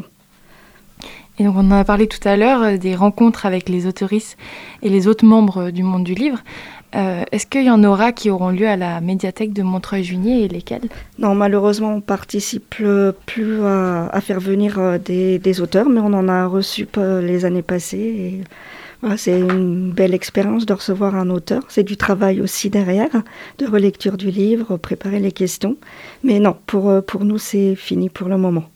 Et donc on en a parlé tout à l'heure, des rencontres avec les autrices et les autres membres du monde du livre. Est-ce qu'il y en aura qui auront lieu à la médiathèque de Montreuil-Juigné et lesquelles ? Non, malheureusement, on ne participe plus à faire venir des auteurs, mais on en a reçu les années passées. Et voilà, c'est une belle expérience de recevoir un auteur. C'est du travail aussi derrière, de relecture du livre, préparer les questions. Mais non, pour nous, c'est fini pour le moment.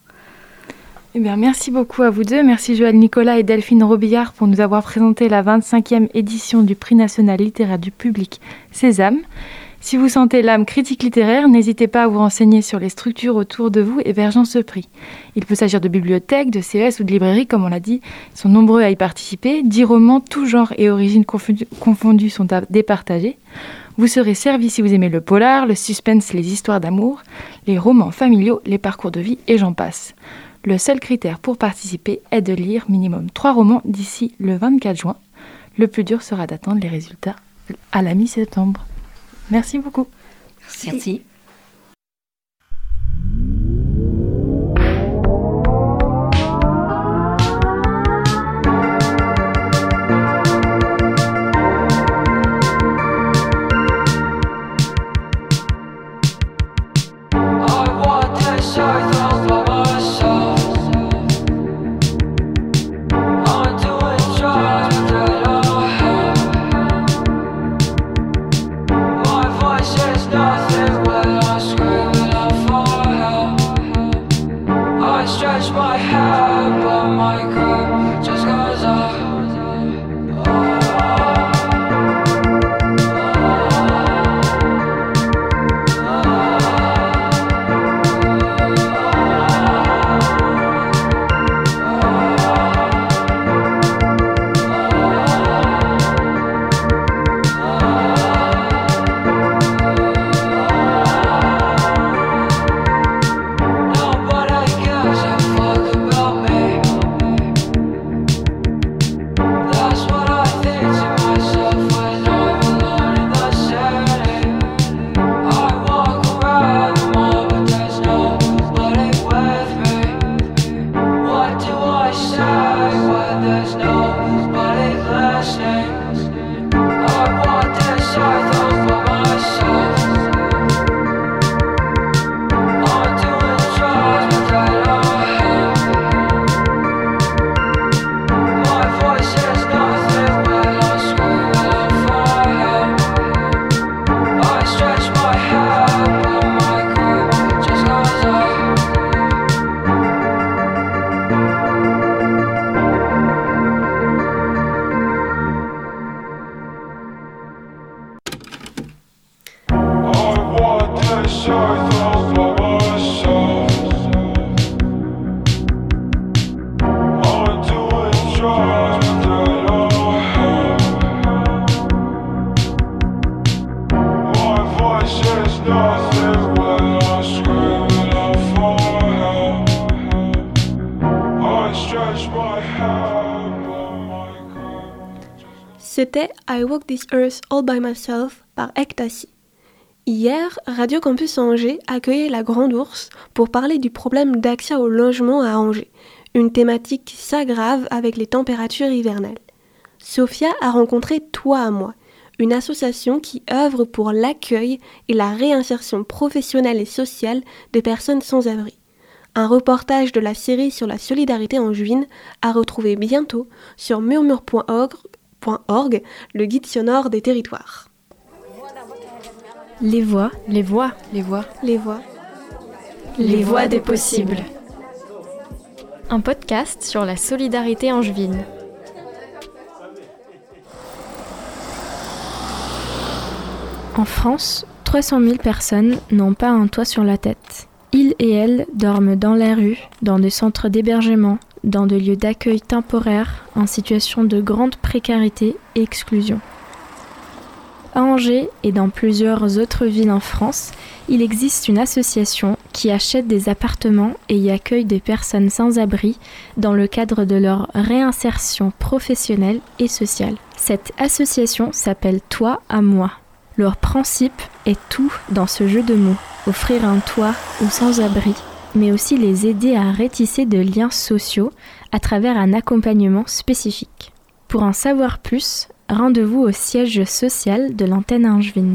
Eh bien, merci beaucoup à vous deux. Merci Joël Nicolas et Delphine Robillard pour nous avoir présenté la 25e édition du Prix national littéraire du public Sésame. Si vous sentez l'âme critique littéraire, n'hésitez pas à vous renseigner sur les structures autour de vous hébergeant ce prix. Il peut s'agir de bibliothèques, de CES ou de librairies, comme on l'a dit. Ils sont nombreux à y participer. 10 romans, tous genres et origines confondus sont à départager. Vous serez servi si vous aimez le polar, le suspense, les histoires d'amour, les romans familiaux, les parcours de vie et j'en passe. Le seul critère pour participer est de lire minimum 3 romans d'ici le 24 juin. Le plus dur sera d'attendre les résultats à la mi-septembre. Merci beaucoup. Merci. Nothing C'était I Walk This Earth All By Myself par Ecstasy. Hier, Radio Campus Angers accueillait la Grande Ourse pour parler du problème d'accès au logement à Angers, une thématique qui s'aggrave avec les températures hivernales. Sophia a rencontré Toi à moi, une association qui œuvre pour l'accueil et la réinsertion professionnelle et sociale des personnes sans abri. Un reportage de la série sur la solidarité angevine à retrouver bientôt sur murmure.org, le guide sonore des territoires. Les voix, Les voix, les voix, Les voix. les voix des possibles. un podcast sur la solidarité angevine. En France, 300 000 personnes n'ont pas un toit sur la tête. Ils et elles dorment dans la rue, dans des centres d'hébergement, dans des lieux d'accueil temporaires, en situation de grande précarité et exclusion. À Angers et dans plusieurs autres villes en France, il existe une association qui achète des appartements et y accueille des personnes sans abri dans le cadre de leur réinsertion professionnelle et sociale. Cette association s'appelle Toi à moi. Leur principe est tout dans ce jeu de mots, offrir un toit aux sans-abri, mais aussi les aider à retisser de liens sociaux à travers un accompagnement spécifique. Pour en savoir plus, rendez-vous au siège social de l'antenne angevine.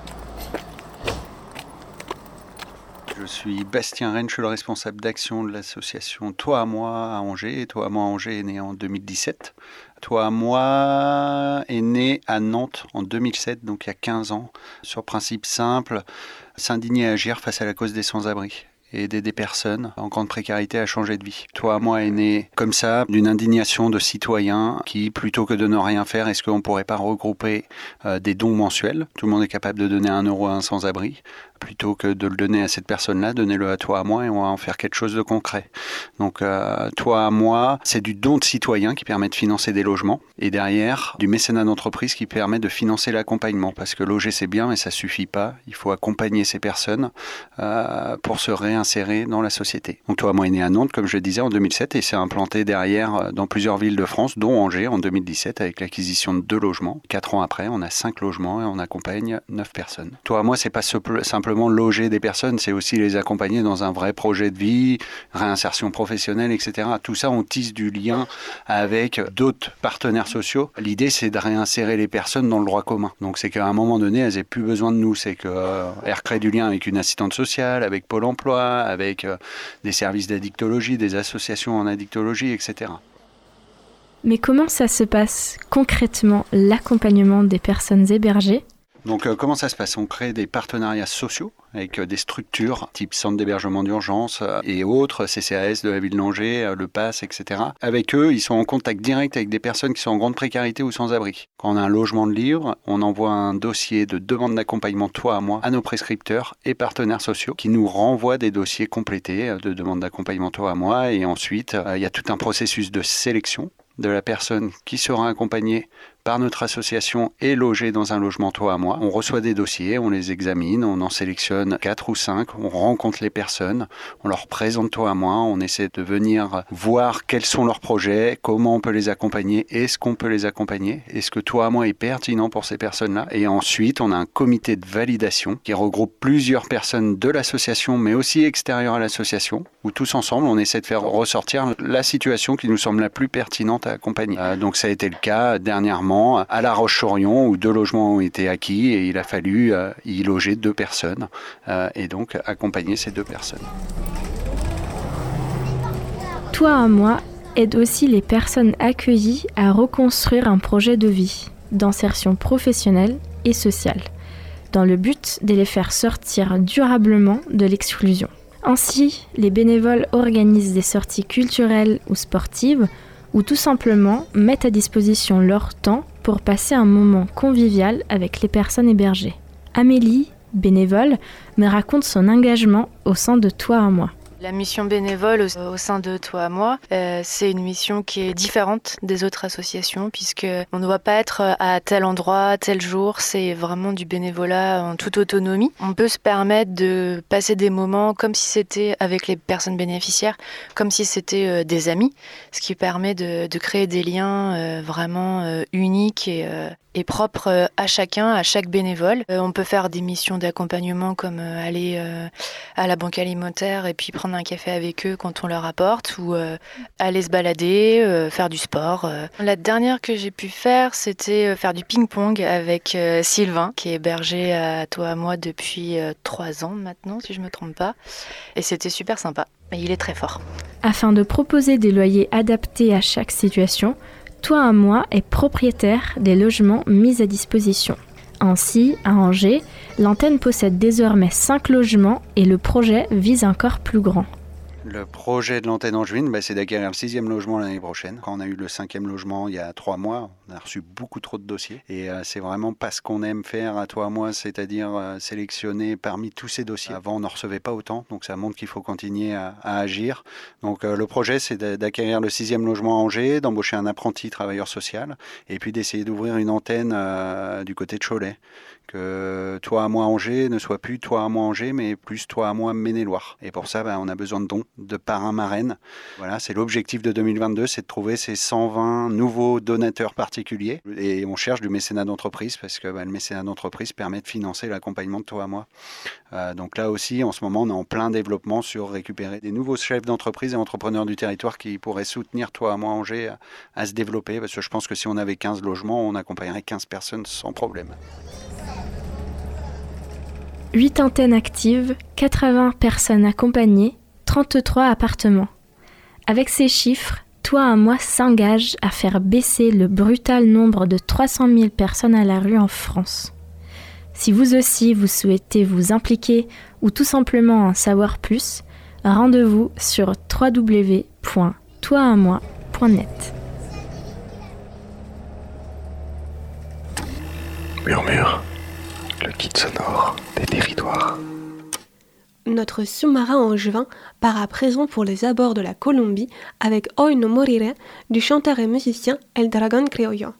Je suis Bastien Rennes, je suis le responsable d'action de l'association Toi à moi à Angers. Toi à moi à Angers est né en 2017. Toi à moi est né à Nantes en 2007, donc il y a 15 ans, sur principe simple, s'indigner et agir face à la cause des sans-abri et aider des personnes en grande précarité à changer de vie. Toi à moi est né comme ça, d'une indignation de citoyens qui, plutôt que de ne rien faire, est-ce qu'on ne pourrait pas regrouper des dons mensuels ? Tout le monde est capable de donner 1 euro à un sans-abri. Plutôt que de le donner à cette personne-là, donnez-le à Toi à moi et on va en faire quelque chose de concret. Donc Toi à moi, c'est du don de citoyens qui permet de financer des logements et derrière du mécénat d'entreprise qui permet de financer l'accompagnement. Parce que loger c'est bien mais ça suffit pas, il faut accompagner ces personnes pour se réinsérer dans la société. Donc Toi à moi est né à Nantes comme je le disais en 2007 et s'est implanté derrière dans plusieurs villes de France dont Angers en 2017 avec l'acquisition de 2 logements. 4 ans après on a 5 logements et on accompagne 9 personnes. Toi à moi c'est pas simplement loger des personnes, c'est aussi les accompagner dans un vrai projet de vie, réinsertion professionnelle, etc. Tout ça, on tisse du lien avec d'autres partenaires sociaux. L'idée, c'est de réinsérer les personnes dans le droit commun. Donc, c'est qu'à un moment donné, elles n'aient plus besoin de nous. C'est qu'elles recréent du lien avec une assistante sociale, avec Pôle emploi, avec des services d'addictologie, des associations en addictologie, etc. Mais comment ça se passe concrètement, l'accompagnement des personnes hébergées ? Donc comment ça se passe ? On crée des partenariats sociaux avec des structures type centre d'hébergement d'urgence et autres, CCAS de la ville d'Angers, le PASS, etc. Avec eux, ils sont en contact direct avec des personnes qui sont en grande précarité ou sans abri. Quand on a un logement de libre, on envoie un dossier de demande d'accompagnement Toi à moi à nos prescripteurs et partenaires sociaux qui nous renvoient des dossiers complétés de demande d'accompagnement Toi à moi et ensuite il y a tout un processus de sélection de la personne qui sera accompagnée par notre association et logée dans un logement Toi à moi. On reçoit des dossiers, on les examine, on en sélectionne 4 ou 5, on rencontre les personnes, on leur présente Toi à moi, on essaie de venir voir quels sont leurs projets, comment on peut les accompagner, est-ce qu'on peut les accompagner, est-ce que Toi à moi est pertinent pour ces personnes-là. Et ensuite, on a un comité de validation qui regroupe plusieurs personnes de l'association, mais aussi extérieures à l'association, où tous ensemble, on essaie de faire ressortir la situation qui nous semble la plus pertinente à accompagner. Donc ça a été le cas dernièrement à La Roche-sur-Yon où 2 logements ont été acquis et il a fallu y loger 2 personnes et donc accompagner ces 2 personnes. Toi à moi aide aussi les personnes accueillies à reconstruire un projet de vie, d'insertion professionnelle et sociale, dans le but de les faire sortir durablement de l'exclusion. Ainsi, les bénévoles organisent des sorties culturelles ou sportives ou tout simplement mettent à disposition leur temps pour passer un moment convivial avec les personnes hébergées. Amélie, bénévole, me raconte son engagement au sein de Toi à moi. La mission bénévole au sein de Toi à moi, c'est une mission qui est différente des autres associations puisque on ne doit pas être à tel endroit, tel jour. C'est vraiment du bénévolat en toute autonomie. On peut se permettre de passer des moments comme si c'était avec les personnes bénéficiaires, comme si c'était des amis, ce qui permet de créer des liens vraiment uniques et propre à chacun, à chaque bénévole. On peut faire des missions d'accompagnement comme aller à la banque alimentaire et puis prendre un café avec eux quand on leur apporte ou aller se balader, faire du sport. La dernière que j'ai pu faire, c'était faire du ping-pong avec Sylvain, qui est hébergé à Toi à moi depuis 3 ans maintenant, si je ne me trompe pas. Et c'était super sympa. Et il est très fort. Afin de proposer des loyers adaptés à chaque situation, Toi à moi est propriétaire des logements mis à disposition. Ainsi, à Angers, l'antenne possède désormais 5 logements et le projet vise encore plus grand. Le projet de l'antenne angevine, c'est d'acquérir le 6e logement l'année prochaine. Quand on a eu le 5e logement il y a 3 mois, on a reçu beaucoup trop de dossiers. Et c'est vraiment pas ce qu'on aime faire à Toi à moi, c'est-à-dire sélectionner parmi tous ces dossiers. Avant, on n'en recevait pas autant, donc ça montre qu'il faut continuer à agir. Donc le projet, c'est d'acquérir le 6e logement à Angers, d'embaucher un apprenti travailleur social, et puis d'essayer d'ouvrir une antenne du côté de Cholet. Que Toi à moi Angers ne soit plus Toi à moi Angers, mais plus Toi à moi Maine-et-Loire. Et pour ça, on a besoin de dons, de parrains marraines. Voilà, c'est l'objectif de 2022, c'est de trouver ces 120 nouveaux donateurs particuliers. Et on cherche du mécénat d'entreprise, parce que le mécénat d'entreprise permet de financer l'accompagnement de Toi à moi. Donc là aussi, en ce moment, on est en plein développement sur récupérer des nouveaux chefs d'entreprise et entrepreneurs du territoire qui pourraient soutenir Toi à moi Angers à se développer. Parce que je pense que si on avait 15 logements, on accompagnerait 15 personnes sans problème. 8 antennes actives, 80 personnes accompagnées, 33 appartements. Avec ces chiffres, Toi à moi s'engage à faire baisser le brutal nombre de 300 000 personnes à la rue en France. Si vous aussi vous souhaitez vous impliquer ou tout simplement en savoir plus, rendez-vous sur www.toitamoi.net. Murmure, le kit sonore des territoires. Notre sous-marin angevin part à présent pour les abords de la Colombie avec Hoy no moriré du chanteur et musicien El Dragón Criollo.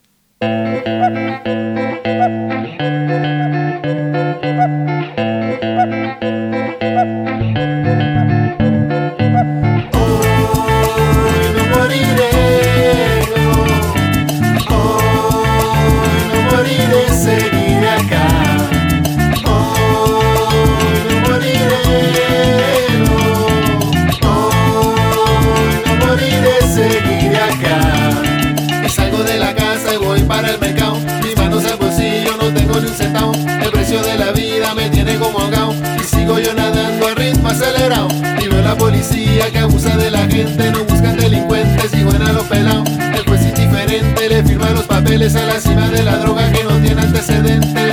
El precio de la vida me tiene como ahogado y sigo yo nadando a ritmo acelerado. Y veo la policía que abusa de la gente, no buscan delincuentes y juegan a los pelados. El juez indiferente le firma los papeles a la cima de la droga que no tiene antecedentes.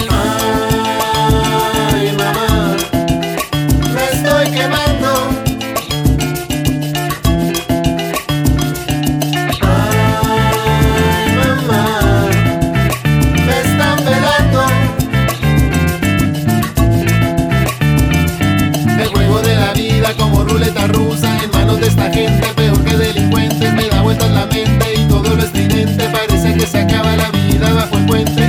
Ay, mamá, me estoy quemando. Ay, mamá, me están velando. El juego de la vida como ruleta rusa en manos de esta gente peor que delincuentes. Me da vueltas la mente y todo lo estridente parece que se acaba la vida bajo el puente.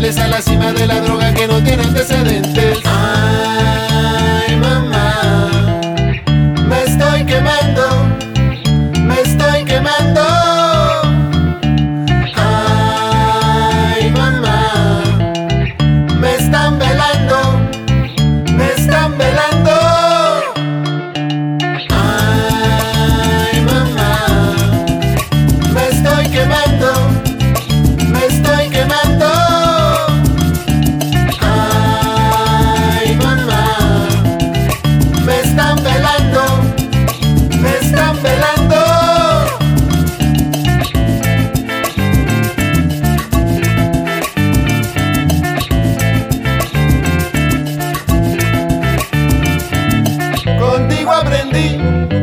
sales a la cima de la droga que no tiene antecedentes. Ay, mamá, me estoy quemando, me estoy quemando. Ay, mamá, me están velando, me están velando. Ay, mamá, me estoy quemando, me estoy quemando. Ay, mamá, me están velando, me están velando. Contigo aprendí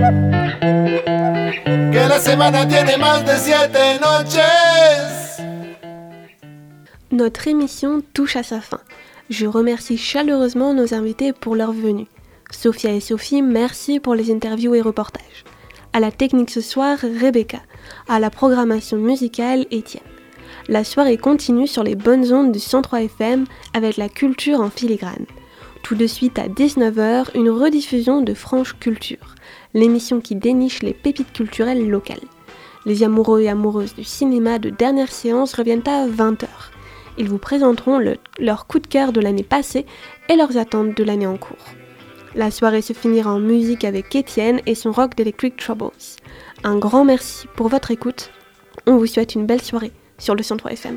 que la semana tiene más de 7 noches. Notre émission touche à sa fin. Je remercie chaleureusement nos invités pour leur venue. Sophia et Sophie, merci pour les interviews et reportages. À la technique ce soir, Rebecca. À la programmation musicale, Étienne. La soirée continue sur les bonnes ondes du 103 FM avec la culture en filigrane. Tout de suite à 19h, une rediffusion de Franche Culture, l'émission qui déniche les pépites culturelles locales. Les amoureux et amoureuses du cinéma de dernière séance reviennent à 20h. Ils vous présenteront leur coup de cœur de l'année passée et leurs attentes de l'année en cours. La soirée se finira en musique avec Étienne et son rock d'Electric Troubles. Un grand merci pour votre écoute. On vous souhaite une belle soirée sur le 103 FM.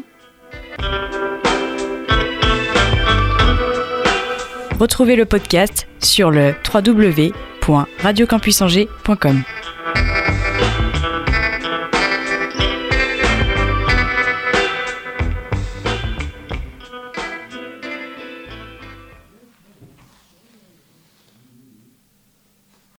Retrouvez le podcast sur le www.radiocampusangers.com.